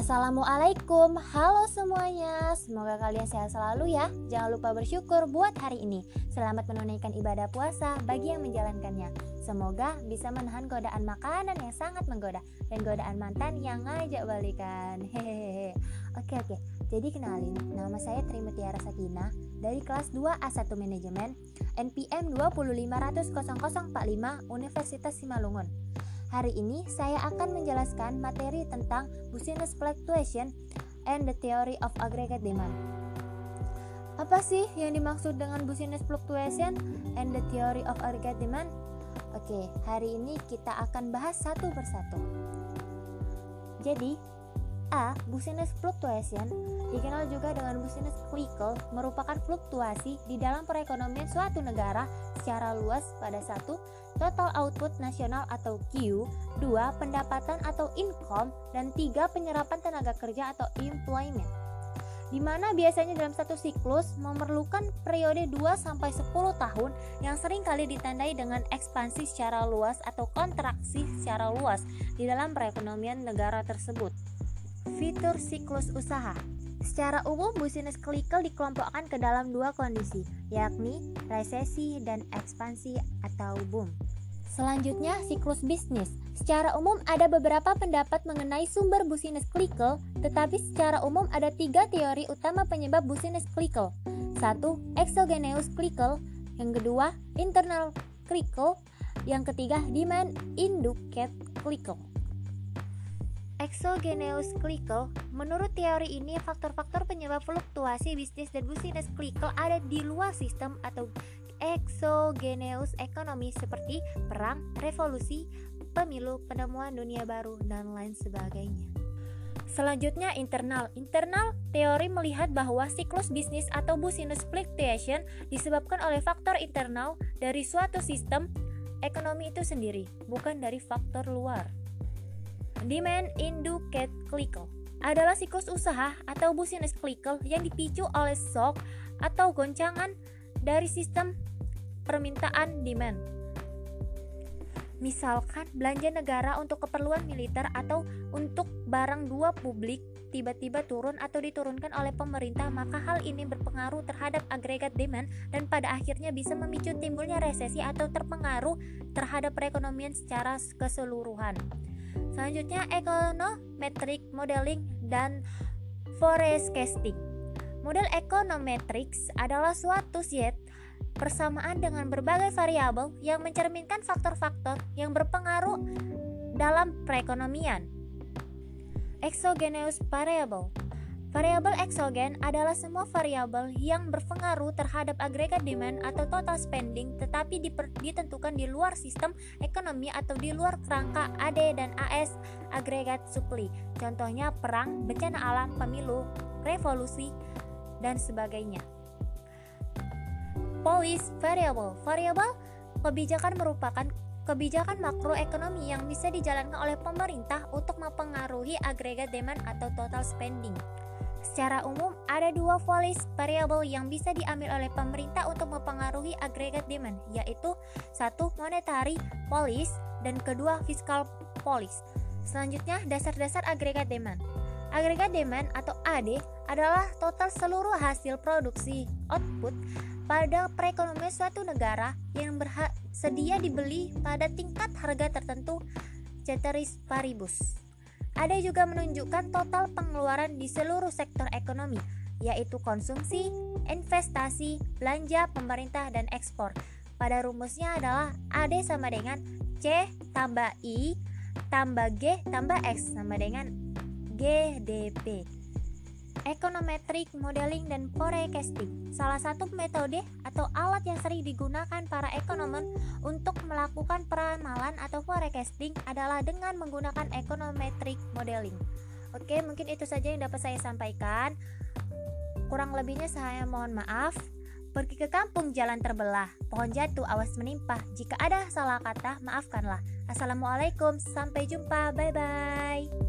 Assalamualaikum, halo semuanya. Semoga kalian sehat selalu ya. Jangan lupa bersyukur buat hari ini. Selamat menunaikan ibadah puasa bagi yang menjalankannya. Semoga bisa menahan godaan makanan yang sangat menggoda dan godaan mantan yang ngajak balikan. Hehehe. Oke. Jadi kenalin, nama saya Trimutiara Sakinah dari kelas 2A1 Manajemen NPM 255000045 Universitas Simalungun. Hari ini saya akan menjelaskan materi tentang business fluctuation and the theory of aggregate demand. Apa sih yang dimaksud dengan business fluctuation and the theory of aggregate demand? Oke, hari ini kita akan bahas satu persatu. Jadi, business fluctuation, dikenal juga dengan business cycle, merupakan fluktuasi di dalam perekonomian suatu negara secara luas pada 1. Total output nasional atau Q, 2. Pendapatan atau income, dan 3. Penyerapan tenaga kerja atau employment. Di mana biasanya dalam satu siklus memerlukan periode 2-10 tahun yang sering kali ditandai dengan ekspansi secara luas atau kontraksi secara luas di dalam perekonomian negara tersebut. Fitur siklus usaha. Secara umum, business cycle dikelompokkan ke dalam dua kondisi, yakni resesi dan ekspansi atau boom. Selanjutnya, siklus bisnis. Secara umum ada beberapa pendapat mengenai sumber business cycle, tetapi secara umum ada 3 teori utama penyebab business cycle. 1. Exogenous cycle, yang kedua internal cycle, yang ketiga demand induced cycle. Exogenous cycle, menurut teori ini faktor-faktor penyebab fluktuasi bisnis dan business cycle ada di luar sistem atau exogenous ekonomi seperti perang, revolusi, pemilu, penemuan dunia baru, dan lain sebagainya. Selanjutnya internal teori melihat bahwa siklus bisnis atau business fluctuation disebabkan oleh faktor internal dari suatu sistem ekonomi itu sendiri, bukan dari faktor luar. Demand induced cycle adalah siklus usaha atau business cycle yang dipicu oleh shock atau goncangan dari sistem permintaan demand. Misalkan belanja negara untuk keperluan militer atau untuk barang dua publik tiba-tiba turun atau diturunkan oleh pemerintah, maka hal ini berpengaruh terhadap agregat demand dan pada akhirnya bisa memicu timbulnya resesi atau terpengaruh terhadap perekonomian secara keseluruhan. Selanjutnya, econometric modeling dan forecasting. Model econometrics adalah suatu set persamaan dengan berbagai variabel yang mencerminkan faktor-faktor yang berpengaruh dalam perekonomian. Exogenous variable. Variabel eksogen adalah semua variabel yang berpengaruh terhadap agregat demand atau total spending tetapi ditentukan di luar sistem ekonomi atau di luar kerangka AD dan AS agregat supply. Contohnya perang, bencana alam, pemilu, revolusi, dan sebagainya. Policy variable. Variabel kebijakan merupakan kebijakan makroekonomi yang bisa dijalankan oleh pemerintah untuk mempengaruhi agregat demand atau total spending. Secara umum, ada 2 policy variable yang bisa diambil oleh pemerintah untuk mempengaruhi agregat demand, yaitu 1. Monetary policy dan kedua fiscal policy. Selanjutnya, dasar-dasar agregat demand. Agregat demand atau AD adalah total seluruh hasil produksi output pada perekonomian suatu negara yang sedia dibeli pada tingkat harga tertentu ceteris paribus. Ada juga menunjukkan total pengeluaran di seluruh sektor ekonomi, yaitu konsumsi, investasi, belanja pemerintah, dan ekspor. Pada rumusnya adalah AD sama dengan C tambah I tambah G tambah X sama dengan GDP. Econometric modeling dan forecasting, salah satu metode atau alat yang sering digunakan para ekonom untuk melakukan peramalan atau forecasting adalah dengan menggunakan econometric modeling. Oke, mungkin itu saja yang dapat saya sampaikan. Kurang lebihnya saya mohon maaf. Pergi ke kampung jalan terbelah, pohon jatuh awas menimpa. Jika ada salah kata, maafkanlah. Assalamualaikum, sampai jumpa, bye-bye.